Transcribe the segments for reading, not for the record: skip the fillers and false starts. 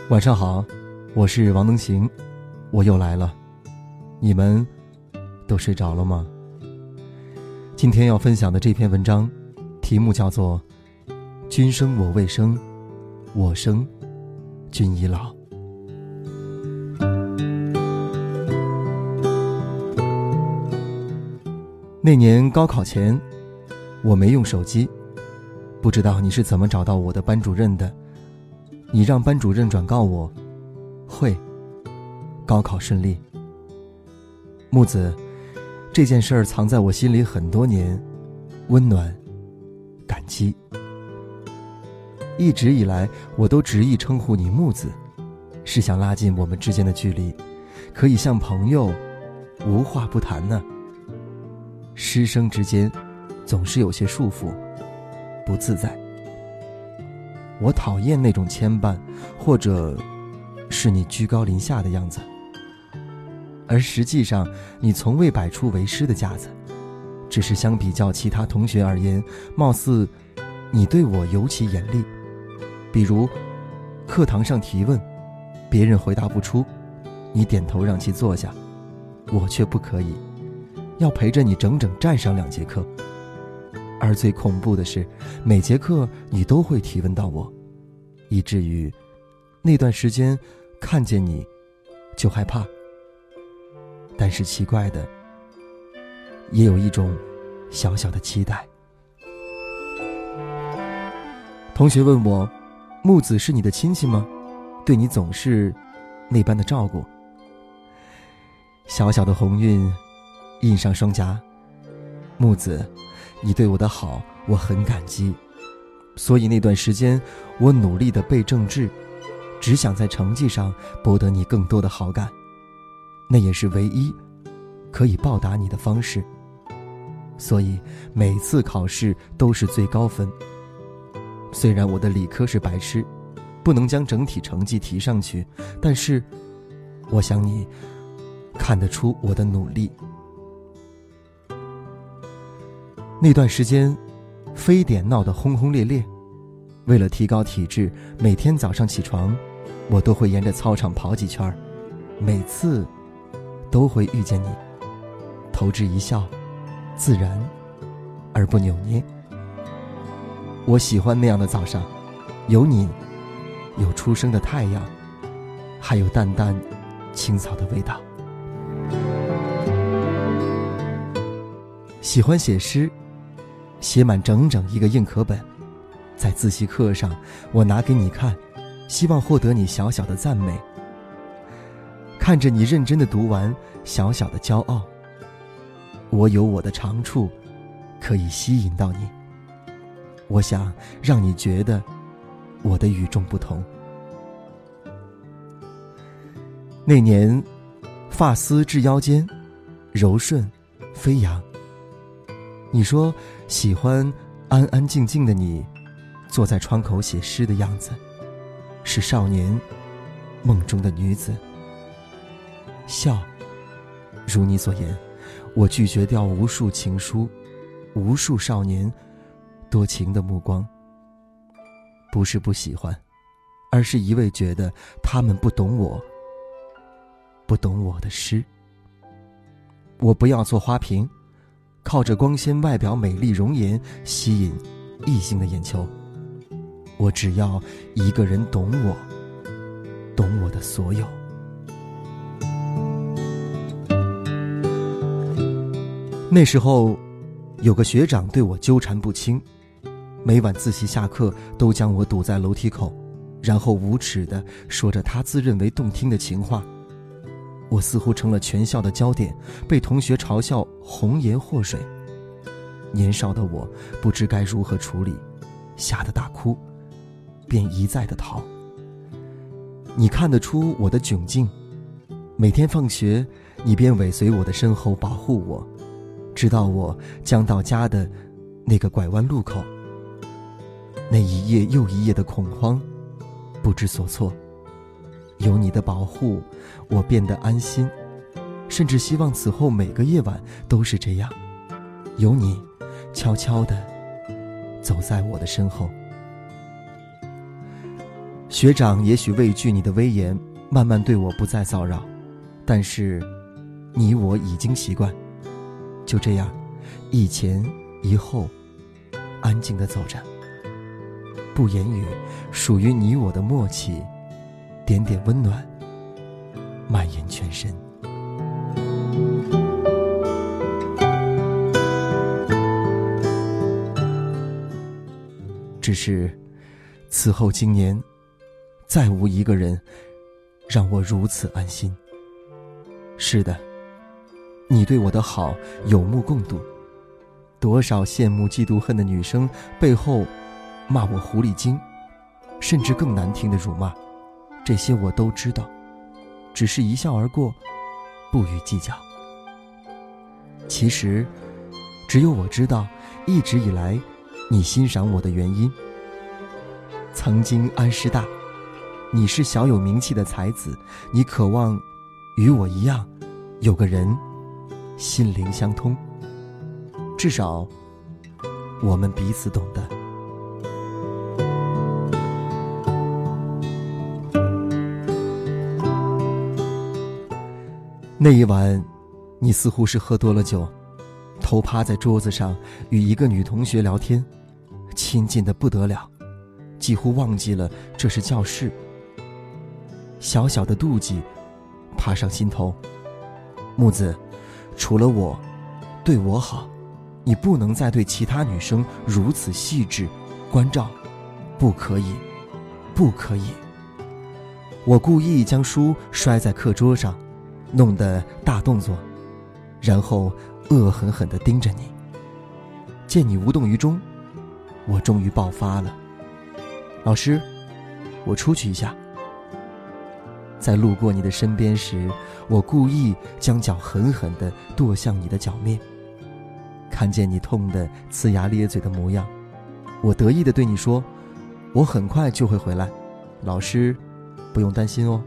晚上好，我是王能行，我又来了。你们都睡着了吗？今天要分享的这篇文章题目叫做君生我未生，我生君已老。那年高考前，我没用手机，不知道你是怎么找到我的班主任的。你让班主任转告我，会，高考顺利。木子，这件事儿藏在我心里很多年，温暖，感激。一直以来，我都执意称呼你木子，是想拉近我们之间的距离，可以像朋友，无话不谈呢。师生之间，总是有些束缚，不自在。我讨厌那种牵绊，或者是你居高临下的样子，而实际上你从未摆出为师的架子，只是相比较其他同学而言，貌似你对我尤其严厉。比如课堂上提问，别人回答不出，你点头让其坐下，我却不可以，要陪着你整整站上2节课。而最恐怖的是，每节课你都会提问到我，以至于那段时间看见你就害怕。但是奇怪的，也有一种小小的期待。同学问我，木子是你的亲戚吗？对你总是那般的照顾。小小的红晕印上双颊。木子，你对我的好我很感激，所以那段时间我努力地背政治，只想在成绩上博得你更多的好感，那也是唯一可以报答你的方式。所以每次考试都是最高分。虽然我的理科是白痴，不能将整体成绩提上去，但是我想你看得出我的努力。那段时间非典闹得轰轰烈烈，为了提高体质，每天早上起床我都会沿着操场跑几圈，每次都会遇见你，投之一笑，自然而不扭捏。我喜欢那样的早上，有你，有初升的太阳，还有淡淡青草的味道。喜欢写诗，写满整整1个硬壳本，在自习课上我拿给你看，希望获得你小小的赞美。看着你认真地读完，小小的骄傲。我有我的长处，可以吸引到你。我想让你觉得我的与众不同。那年发丝至腰间，柔顺飞扬。你说喜欢安安静静的你，坐在窗口写诗的样子，是少年梦中的女子。笑，如你所言，我拒绝掉无数情书，无数少年多情的目光。不是不喜欢，而是一味觉得他们不懂我，不懂我的诗。我不要做花瓶，靠着光鲜外表美丽容颜吸引异性的眼球。我只要一个人懂我，懂我的所有。那时候有个学长对我纠缠不清，每晚自习下课都将我堵在楼梯口，然后无耻地说着他自认为动听的情话。我似乎成了全校的焦点，被同学嘲笑红颜祸水。年少的我不知该如何处理，吓得大哭，便一再地逃。你看得出我的窘境，每天放学你便尾随我的身后保护我，直到我将到家的那个拐弯路口。那一夜又一夜的恐慌，不知所措。有你的保护，我变得安心，甚至希望此后每个夜晚都是这样，有你悄悄地走在我的身后。 学长也许畏惧你的威严，慢慢对我不再骚扰，但是你我已经习惯，就这样一前一后安静地走着，不言语，属于你我的默契，点点温暖蔓延全身。只是此后经年，再无一个人让我如此安心。是的，你对我的好有目共睹，多少羡慕嫉妒恨的女生背后骂我狐狸精，甚至更难听的辱骂，这些我都知道，只是一笑而过，不予计较。其实只有我知道，一直以来你欣赏我的原因。曾经安师大，你是小有名气的才子，你渴望与我一样有个人心灵相通，至少我们彼此懂得。那一晚你似乎是喝多了酒，头趴在桌子上与一个女同学聊天，亲近得不得了，几乎忘记了这是教室。小小的妒忌爬上心头。木子，除了我，对我好，你不能再对其他女生如此细致关照，不可以，不可以。我故意将书摔在课桌上，弄得大动作，然后恶狠狠地盯着你。见你无动于衷，我终于爆发了。老师，我出去一下。在路过你的身边时，我故意将脚狠狠地跺向你的脚面。看见你痛得呲牙咧嘴的模样，我得意地对你说，我很快就会回来，老师不用担心哦。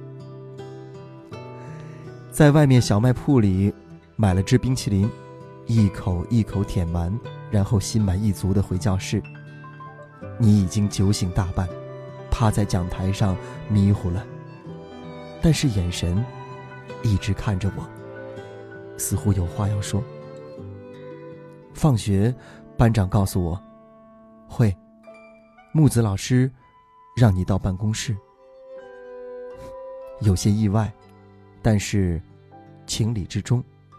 在外面小卖铺里买了只冰淇淋，一口一口舔完，然后心满意足地回教室。你已经酒醒大半，趴在讲台上迷糊了，但是眼神一直看着我，似乎有话要说。放学，班长告诉我，慧，木子老师让你到办公室。有些意外，但是情理之中。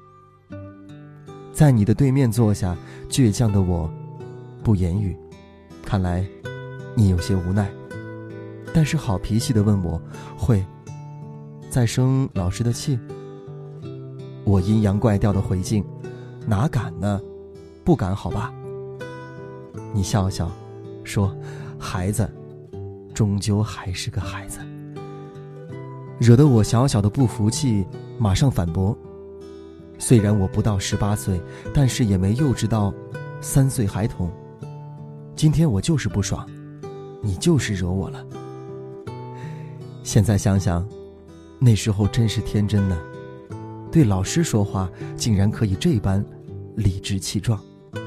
在你的对面坐下，倔强的我不言语，看来你有些无奈，但是好脾气地问我，慧，在生老师的气？我阴阳怪调的回敬，哪敢呢，不敢好吧。你笑笑说，孩子终究还是个孩子。惹得我小小的不服气，马上反驳，虽然我不到18岁，但是也没幼稚到3岁孩童。今天我就是不爽，你就是惹我了。现在想想，那时候真是天真呢，对老师说话竟然可以这般理直气壮。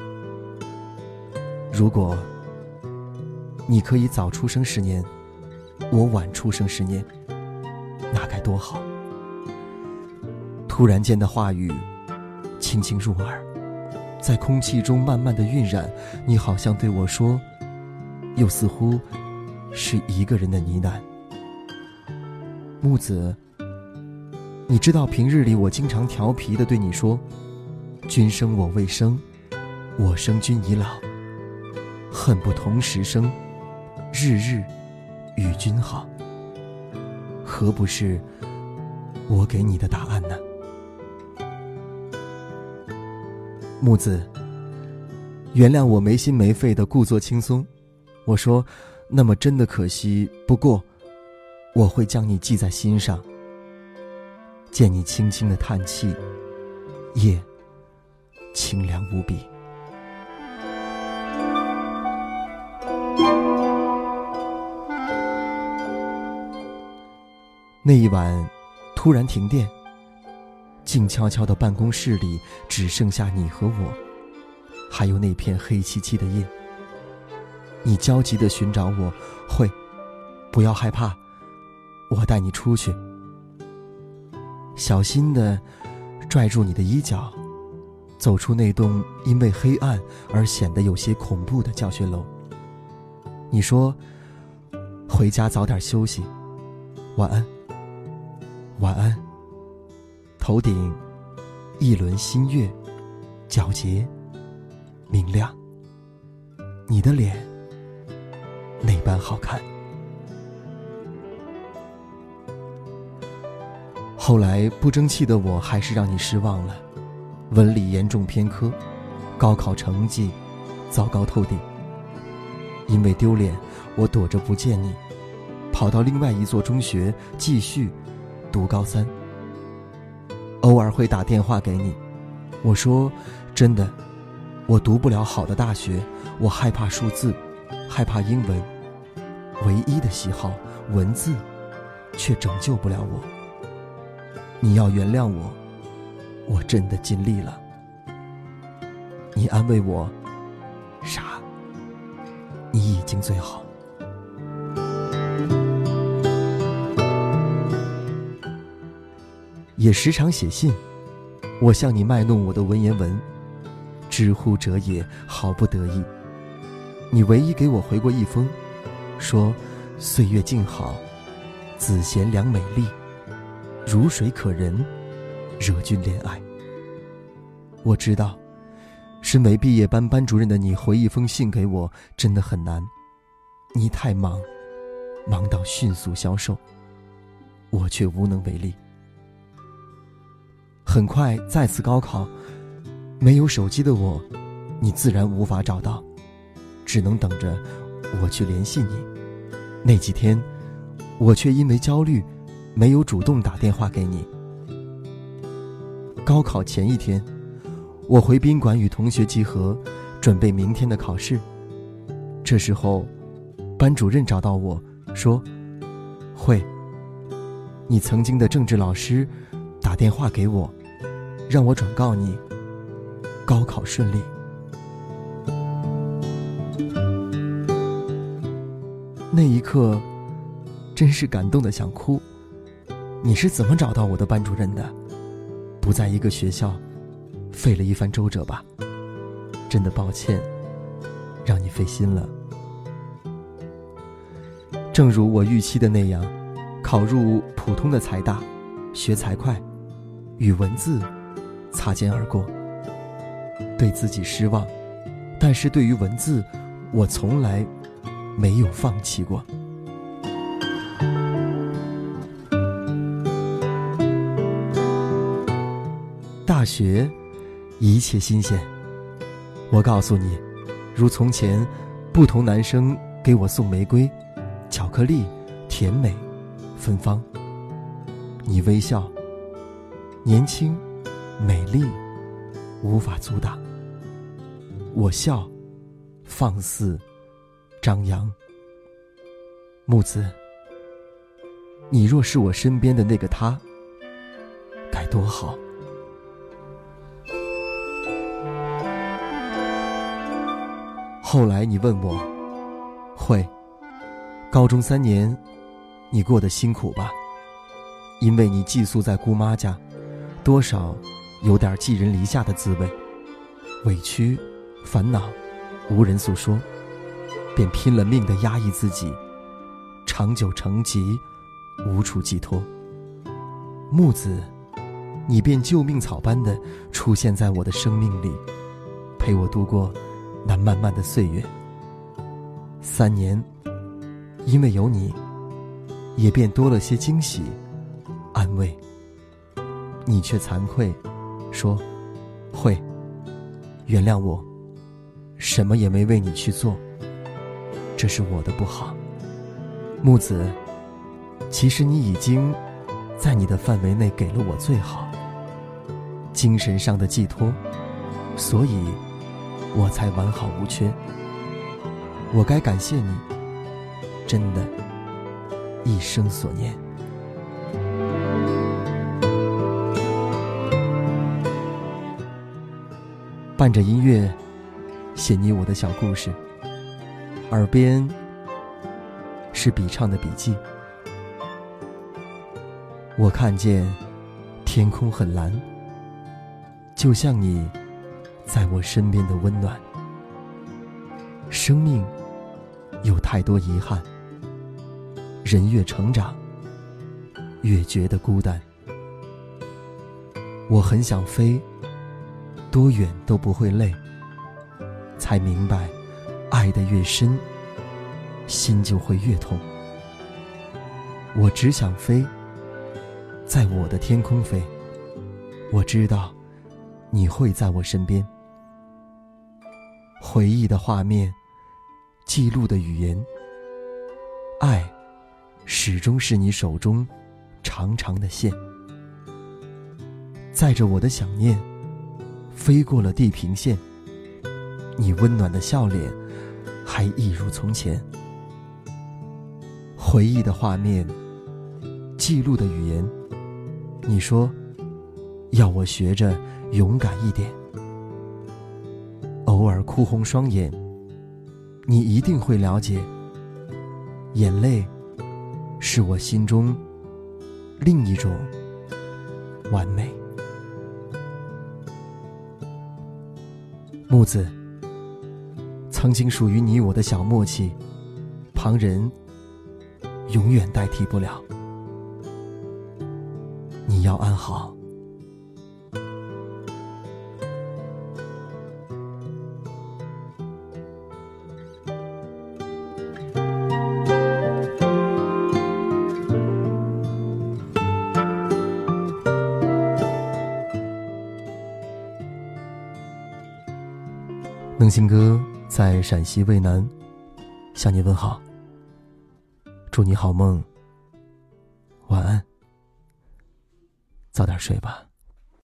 如果你可以早出生10年，我晚出生10年，那该多好。突然间的话语轻轻入耳，在空气中慢慢的晕染，你好像对我说，又似乎是一个人的呢喃。木子，你知道平日里我经常调皮地对你说，君生我未生，我生君已老，恨不同时生，日日与君好。何不是我给你的答案呢？木子，原谅我没心没肺的故作轻松。我说，那么真的可惜，不过我会将你记在心上。见你轻轻的叹气，夜清凉无比。那一晚突然停电，静悄悄的办公室里只剩下你和我，还有那片黑漆漆的夜。你焦急地寻找我，慧， 不要害怕，我带你出去。小心地拽住你的衣角，走出那栋因为黑暗而显得有些恐怖的教学楼。你说，回家早点休息，晚安。晚安。头顶一轮新月，皎洁明亮，你的脸那般好看。后来不争气的我还是让你失望了，文理严重偏科，高考成绩糟糕透顶。因为丢脸，我躲着不见你，跑到另外一座中学继续读高三。偶尔会打电话给你，我说真的，我读不了好的大学，我害怕数字，害怕英文，唯一的喜好文字却拯救不了我。你要原谅我，我真的尽力了。你安慰我，傻，你已经最好。也时常写信，我向你卖弄我的文言文，知乎者也，毫不得意。你唯一给我回过一封，说岁月静好，子贤良美丽，如水可人，惹君怜爱。我知道，身为毕业班班主任的你回一封信给我真的很难，你太忙，忙到迅速消瘦，我却无能为力。很快再次高考，没有手机的我，你自然无法找到，只能等着我去联系你。那几天，我却因为焦虑，没有主动打电话给你。高考前一天，我回宾馆与同学集合，准备明天的考试。这时候，班主任找到我说：“慧，你曾经的政治老师打电话给我，让我转告你，高考顺利。”那一刻，真是感动得想哭。你是怎么找到我的班主任的？不在一个学校，费了一番周折吧？真的抱歉，让你费心了。正如我预期的那样，考入普通的财大，学财会，与文字擦肩而过。对自己失望，但是对于文字，我从来没有放弃过。大学一切新鲜，我告诉你，如从前，不同男生给我送玫瑰、巧克力、甜美、芬芳。你微笑，年轻、美丽，无法阻挡。我笑，放肆，张扬。木子，你若是我身边的那个他，该多好。后来你问我，慧，高中3年你过得辛苦吧？因为你寄宿在姑妈家，多少有点寄人篱下的滋味，委屈烦恼无人诉说，便拼了命地压抑自己，长久成疾，无处寄托。木子，你便救命草般地出现在我的生命里，陪我度过那漫漫的岁月。3年，因为有你，也便多了些惊喜、安慰。你却惭愧，说：“慧，原谅我，什么也没为你去做，这是我的不好。”木子，其实你已经在你的范围内给了我最好，精神上的寄托，所以我才完好无缺。我该感谢你，真的，一生所念。伴着音乐，写你我的小故事，耳边是是比唱的笔记。我看见天空很蓝，就像你在我身边的温暖。生命有太多遗憾，人越成长越觉得孤单。我很想飞，多远都不会累，才明白爱得越深，心就会越痛。我只想飞，在我的天空飞，我知道你会在我身边。回忆的画面，记录的语言，爱始终是你手中长长的线，载着我的想念飞过了地平线。你温暖的笑脸还一如从前。回忆的画面，记录的语言，你说要我学着勇敢一点。偶尔哭红双眼，你一定会了解，眼泪是我心中另一种完美。木子，曾经属于你我的小默契，旁人永远代替不了。你要安好。能行哥在陕西渭南向你问好，祝你好梦，晚安，早点睡吧。